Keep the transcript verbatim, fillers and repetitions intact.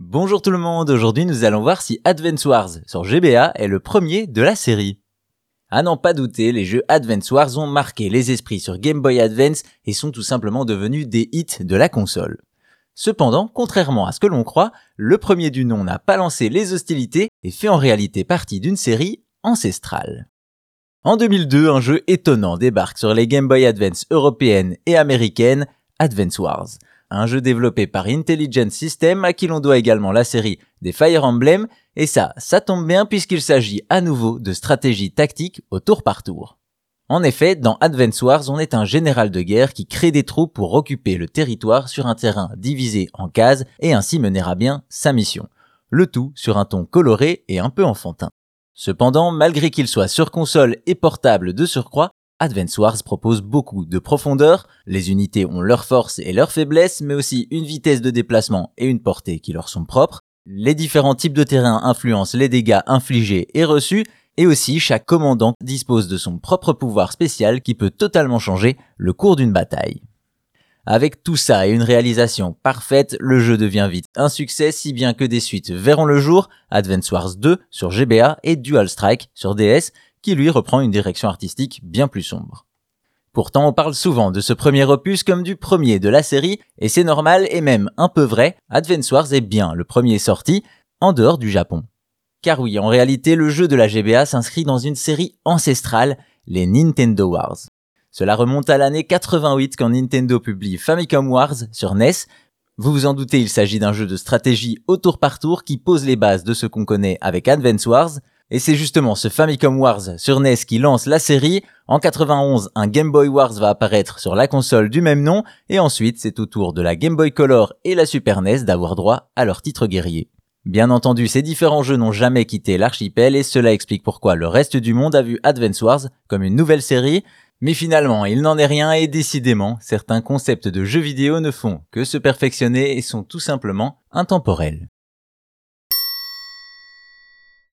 Bonjour tout le monde, aujourd'hui nous allons voir si Advance Wars sur G B A est le premier de la série. À n'en pas douter, les jeux Advance Wars ont marqué les esprits sur Game Boy Advance et sont tout simplement devenus des hits de la console. Cependant, contrairement à ce que l'on croit, le premier du nom n'a pas lancé les hostilités et fait en réalité partie d'une série ancestrale. En deux mille deux, un jeu étonnant débarque sur les Game Boy Advance européennes et américaines, Advance Wars. Un jeu développé par Intelligent Systems à qui l'on doit également la série des Fire Emblem, et ça, ça tombe bien puisqu'il s'agit à nouveau de stratégie tactique au tour par tour. En effet, dans Advance Wars, on est un général de guerre qui crée des troupes pour occuper le territoire sur un terrain divisé en cases et ainsi mener à bien sa mission. Le tout sur un ton coloré et un peu enfantin. Cependant, malgré qu'il soit sur console et portable de surcroît, Advance Wars propose beaucoup de profondeur, les unités ont leurs forces et leurs faiblesses, mais aussi une vitesse de déplacement et une portée qui leur sont propres. Les différents types de terrains influencent les dégâts infligés et reçus, et aussi chaque commandant dispose de son propre pouvoir spécial qui peut totalement changer le cours d'une bataille. Avec tout ça et une réalisation parfaite, le jeu devient vite un succès, si bien que des suites verront le jour, Advance Wars deux sur G B A et Dual Strike sur D S, qui lui reprend une direction artistique bien plus sombre. Pourtant, on parle souvent de ce premier opus comme du premier de la série, et c'est normal et même un peu vrai, Advance Wars est bien le premier sorti, en dehors du Japon. Car oui, en réalité, le jeu de la G B A s'inscrit dans une série ancestrale, les Nintendo Wars. Cela remonte à l'année quatre-vingt-huit quand Nintendo publie Famicom Wars sur N E S. Vous vous en doutez, il s'agit d'un jeu de stratégie au tour par tour qui pose les bases de ce qu'on connaît avec Advance Wars. Et c'est justement ce Famicom Wars sur N E S qui lance la série. En quatre-vingt-onze, un Game Boy Wars va apparaître sur la console du même nom, et ensuite c'est au tour de la Game Boy Color et la Super N E S d'avoir droit à leur titre guerrier. Bien entendu, ces différents jeux n'ont jamais quitté l'archipel, et cela explique pourquoi le reste du monde a vu Advance Wars comme une nouvelle série, mais finalement il n'en est rien, et décidément, certains concepts de jeux vidéo ne font que se perfectionner et sont tout simplement intemporels.